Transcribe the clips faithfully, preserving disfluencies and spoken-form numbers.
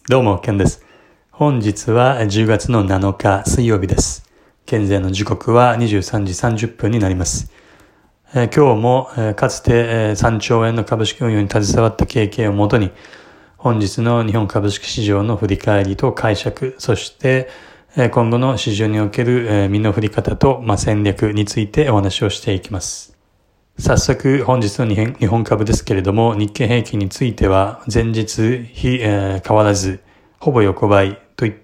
どうも、ケンです。本日はじゅうがつのなのか水曜日です。現在の時刻はにじゅうさんじさんじゅっぷんになります。えー、今日も、えー、かつて、えー、さんちょうえんの株式運用に携わった経験をもとに、本日の日本株式市場の振り返りと解釈、そして、えー、今後の市場における、えー、身の振り方と、まあ、戦略についてお話をしていきます。早速本日の日本株ですけれども、日経平均については前日比、えー、変わらずほぼ横ばいといった、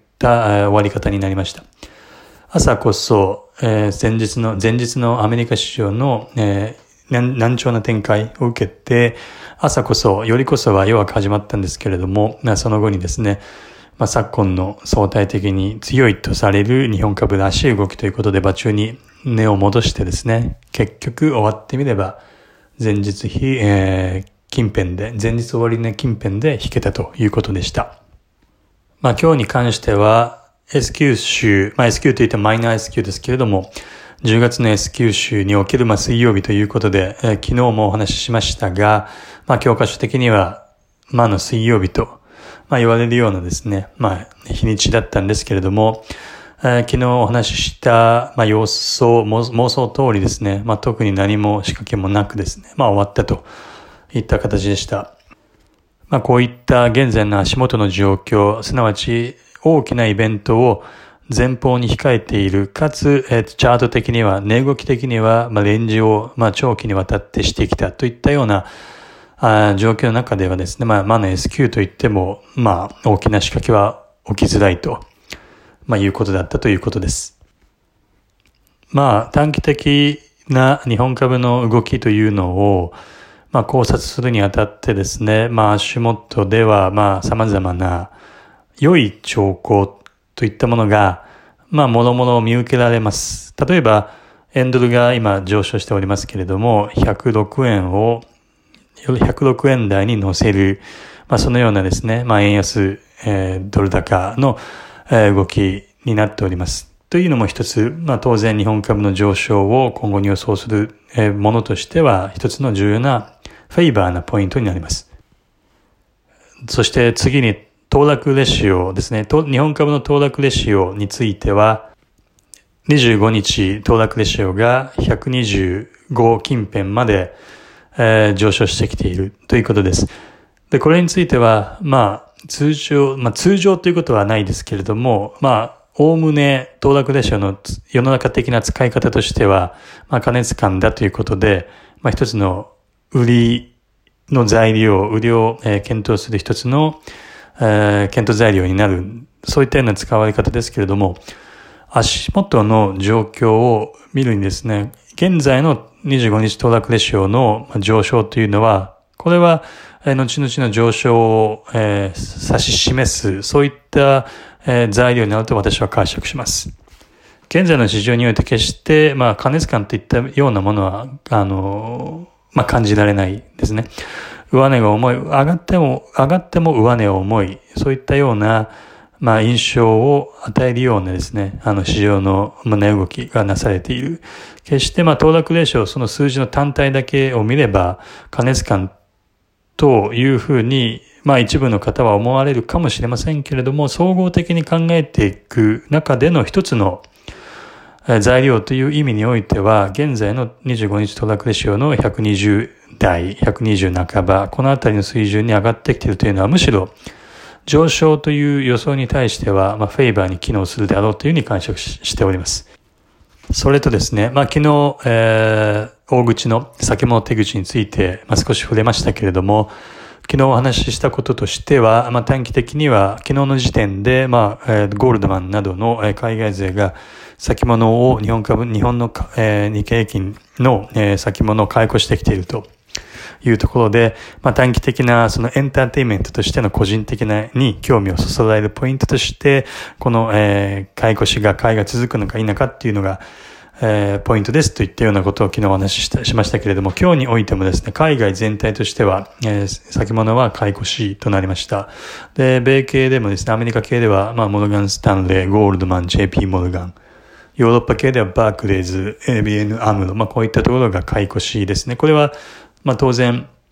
えー、終わり方になりました。朝こそ、えー、前日の前日のアメリカ市場の、えー、難聴な展開を受けて、朝こそよりこそは弱く始まったんですけれども、まあ、その後にですね、まあ、昨今の相対的に強いとされる日本株らしい動きということで場中に値を戻してですね、結局終わってみれば前日比、えー、近辺で、前日終わり値近辺で引けたということでした。まあ今日に関しては S q 週、まあ S q といってマイナー S q ですけれども、じゅうがつの S q 週におけるまあ水曜日ということで、えー、昨日もお話ししましたが、まあ教科書的にはまあの水曜日と、まあ言われるようなですね、まあ日にちだったんですけれども、えー、昨日お話しした、まあ、様相、妄想通りですね、まあ、特に何も仕掛けもなくですね、まあ、終わったといった形でした。まあ、こういった現在の足元の状況、すなわち大きなイベントを前方に控えている、かつ、えー、チャート的には、値動き的には、まあ、レンジを、まあ、長期にわたってしてきたといったような、あ状況の中ではですね、まあ、まあ、S q といっても、まあ、大きな仕掛けは起きづらいと。まあ、いうことだったということです。まあ、短期的な日本株の動きというのを、まあ、考察するにあたってですね、まあ、足元では、まあ、様々な良い兆候といったものが、まあ、もろもろ見受けられます。例えば、円ドルが今上昇しておりますけれども、ひゃくろくえんを、ひゃくろくえん台に乗せる、まあ、そのようなですね、まあ、円安、えー、ドル高の動きになっております。というのも一つ、まあ当然日本株の上昇を今後に予想するものとしては一つの重要なフェイバーなポイントになります。そして次に騰落レシオですね。日本株の騰落レシオについてはにじゅうごにち騰落レシオがひゃくにじゅうご近辺まで、えー、上昇してきているということです。で、これについては、まあ通常、まあ通常ということはないですけれども、まあ、おおむね騰落レシオの世の中的な使い方としては、まあ過熱感だということで、まあ一つの売りの材料、売りを、えー、検討する一つの、えー、検討材料になる、そういったような使われ方ですけれども、足元の状況を見るにですね、現在のにじゅうごにち騰落レシオの上昇というのは、これは、後々の上昇を、えー、指し示す、そういった、えー、材料になると私は解釈します。現在の市場において決して、まあ、過熱感といったようなものは、あの、まあ、感じられないですね。上値が重い、上がっても、上がっても上値は重い、そういったような、まあ、印象を与えるようなですね、あの、市場の値動きがなされている。決して、まあ、騰落レーション、その数字の単体だけを見れば、過熱感というふうに、まあ一部の方は思われるかもしれませんけれども、総合的に考えていく中での一つの材料という意味においては、現在のにじゅうごにち騰落レシオのひゃくにじゅう台、ひゃくにじゅう半ば、このあたりの水準に上がってきているというのは、むしろ上昇という予想に対しては、まあフェイバーに機能するであろうというふうに解釈しております。それとですね、まあ昨日、えー、大口の先物手口について、まあ、少し触れましたけれども、昨日お話ししたこととしては、まあ短期的には昨日の時点で、まあ、えー、ゴールドマンなどの海外勢が先物を日本株、日本の、えー、日経平均の、えー、先物を買い越してきているというところで、まあ短期的なそのエンターテインメントとしての個人的なに興味をそそられるポイントとして、この、えー、買い越しが買いが続くのか否かっていうのが、えー、ポイントですといったようなことを昨日お話ししたしましたけれども、今日においてもですね、海外全体としては、えー、先物は買い越しとなりました。で、米系でもですね、アメリカ系では、まあ、モルガン・スタンレー、ゴールドマン、ジェイピー モルガン、ヨーロッパ系ではバークレーズ、エービーエヌ アムロ、まあ、こういったところが買い越しですね。これは、まあ、当然、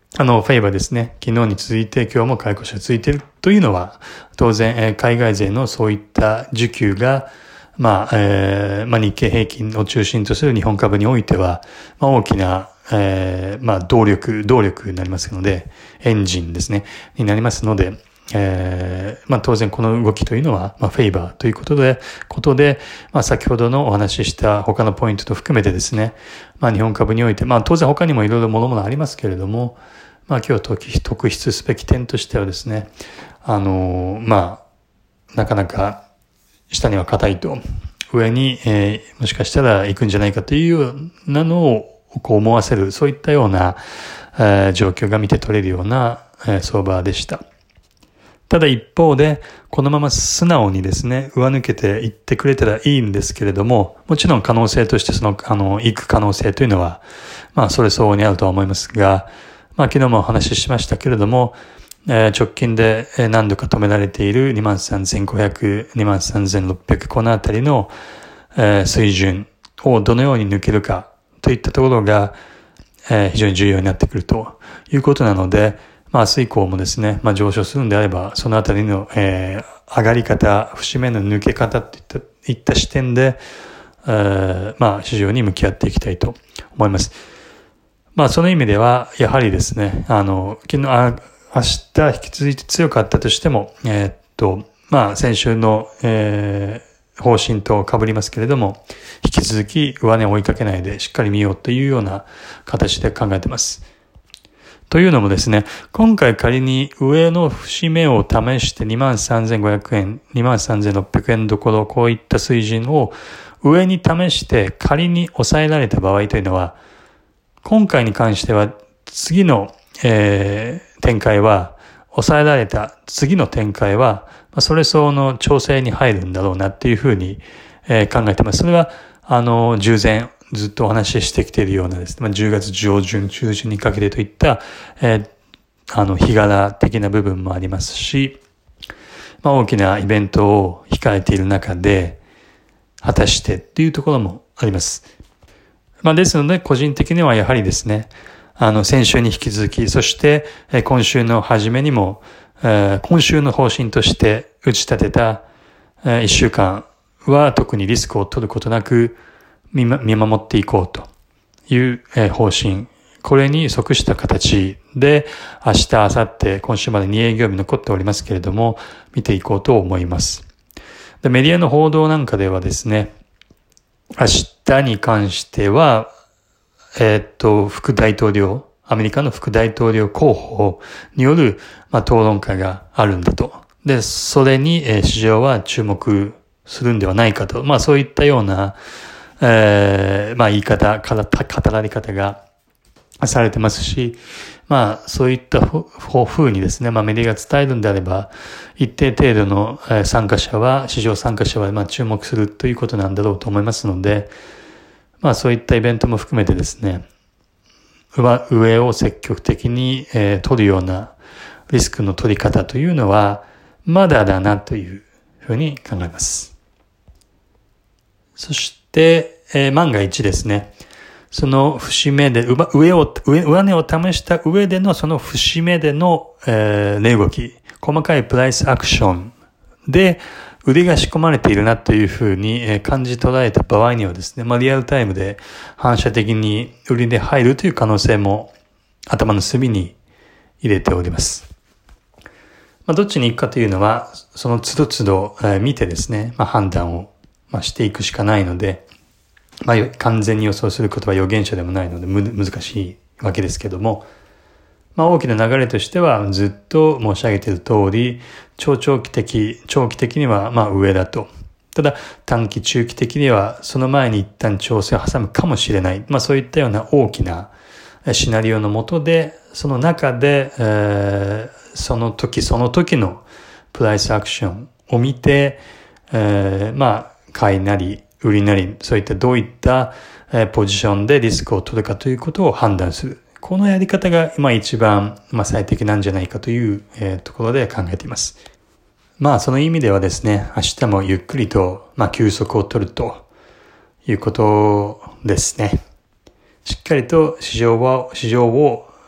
あの、フェイバーですね。昨日に続いて今日も買い越しが続いているというのは、当然、えー、海外勢のそういった需給が、まあ、えー、まあ日経平均を中心とする日本株においては、まあ大きな、えー、まあ動力、動力になりますので、エンジンですね、になりますので、えー、まあ当然この動きというのは、まあフェイバーということで、ことで、まあ先ほどのお話しした他のポイントと含めてですね、まあ日本株において、まあ当然他にもいろいろものものありますけれども、まあ今日特筆すべき点としてはですね、あの、まあ、なかなか下には硬いと、上に、えー、もしかしたら行くんじゃないかというようなのをこう思わせる、そういったような、えー、状況が見て取れるような、えー、相場でした。ただ一方で、このまま素直にですね、上抜けていってくれたらいいんですけれども、もちろん可能性としてその、あの、行く可能性というのは、まあそれ相応にあるとは思いますが、まあ昨日もお話ししましたけれども、えー、直近で何度か止められている にまんさんぜんごひゃく、にまんさんぜんろっぴゃく このあたりの、えー、水準をどのように抜けるかといったところが、えー、非常に重要になってくるということなので、まあ明日以降もですね、まあ上昇するんであれば、そのあたりの、えー、上がり方、節目の抜け方といった、いった視点で、えー、まあ市場に向き合っていきたいと思います。まあその意味では、やはりですね、あの、昨日、あ明日引き続いて強かったとしても、えー、っと、まあ先週の、えー、方針と被りますけれども、引き続き上値を追いかけないでしっかり見ようというような形で考えています。というのもですね、今回仮に上の節目を試して にまんさんぜんごひゃくえん、にまんさんぜんろっぴゃくえんどころ、こういった水準を上に試して仮に抑えられた場合というのは、今回に関しては次の、えー、展開は抑えられた次の展開は、まあ、それ相応の調整に入るんだろうなっていうふうに、えー、考えています。それはあの従前ずっとお話ししてきているようなですね、まあ、じゅうがつ上旬中旬にかけてといった、えー、あの日柄的な部分もありますし、まあ、大きなイベントを控えている中で果たしてっていうところもあります。まあ、ですので、個人的にはやはりですね、あの、先週に引き続き、そして、えー、今週の初めにも、えー、今週の方針として打ち立てた、えー、一週間は特にリスクを取ることなく見、見守っていこうという、えー、方針。これに即した形で、明日、明後日、今週までに営業日残っておりますけれども、見ていこうと思います。で、メディアの報道なんかではですね、明日に関しては、えー、っと、副大統領、アメリカの副大統領候補による、まあ、討論会があるんだと。で、それに、えー、市場は注目するんではないかと。まあ、そういったような、えー、まあ、言い方、語られ方がされてますし、まあ、そういったふうにですね、まあ、メディアが伝えるんであれば、一定程度の参加者は、市場参加者は、まあ、注目するということなんだろうと思いますので、まあ、そういったイベントも含めてですね、上を積極的に、えー、取るようなリスクの取り方というのは、まだだなというふうに考えます。そして、えー、万が一ですね、その節目で、上を、上、上値を試した上でのその節目での、えー、値動き、細かいプライスアクションで、売りが仕込まれているなというふうに感じ取られた場合にはですね、まあリアルタイムで反射的に売りで入るという可能性も頭の隅に入れております。まあどっちに行くかというのは、その都度都度見てですね、まあ判断をしていくしかないので、まあ完全に予想することは予言者でもないので難しいわけですけども、まあ大きな流れとしてはずっと申し上げている通り、超長期的、長期的にはまあ上だと。ただ短期中期的にはその前に一旦調整を挟むかもしれない。まあそういったような大きなシナリオの下で、その中で、えー、その時その時のプライスアクションを見て、えー、まあ買いなり売りなり、そういったどういったポジションでリスクを取るかということを判断する。このやり方が今一番、まあ、最適なんじゃないかという、えー、ところで考えています。まあその意味ではですね、明日もゆっくりと、まあ、休息を取るということですね。しっかりと市場を、市場を、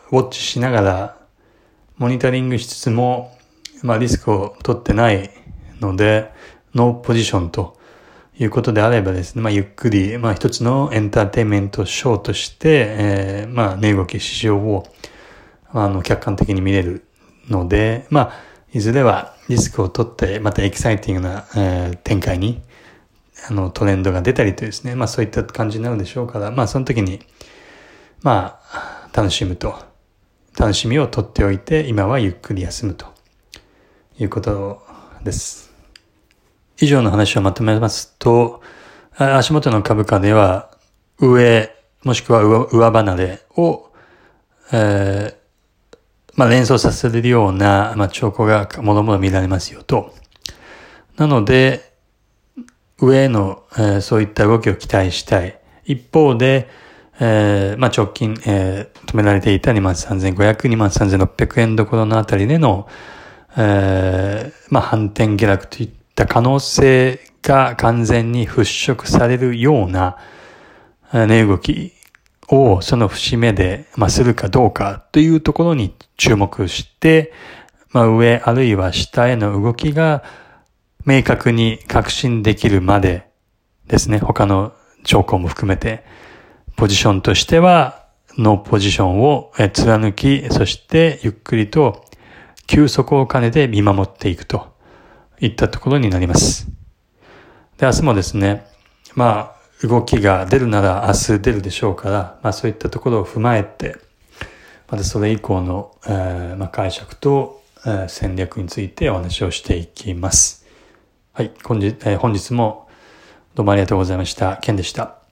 ウォッチしながら、モニタリングしつつも、まあリスクを取ってないので、ノーポジションということであればですね、まあゆっくり、まあ一つのエンターテインメントショーとして、えー、まあ値動き市場を、あの、客観的に見れるので、まあ、いずれはリスクを取って、またエキサイティングな、えー、展開に、あの、トレンドが出たりとですね、まあそういった感じになるでしょうから、まあその時に、まあ、楽しむと、楽しみを取っておいて、今はゆっくり休むということです。以上の話をまとめますと、足元の株価では、上、もしくは 上, 上離れを、えー、まあ連想させるような、まあ、兆候がもろもろ見られますよと。なので、上への、えー、そういった動きを期待したい。一方で、えー、まあ直近、えー、止められていた にまんさんぜんごひゃく、にまんさんぜんろっぴゃくえんどころのあたりでの、えー、まあ反転下落といった可能性が完全に払拭されるような値動きをその節目で、まあ、するかどうかというところに注目して、まあ、上あるいは下への動きが明確に確信できるまでですね、他の兆候も含めて、ポジションとしてはノーポジションを貫き、そしてゆっくりと休息を兼ねて見守っていくといったところになります。で、明日もですね、まあ、動きが出るなら明日出るでしょうから、まあそういったところを踏まえて、またそれ以降の、えーまあ、解釈と、えー、戦略についてお話をしていきます。はい、本日、えー、本日もどうもありがとうございました。ケンでした。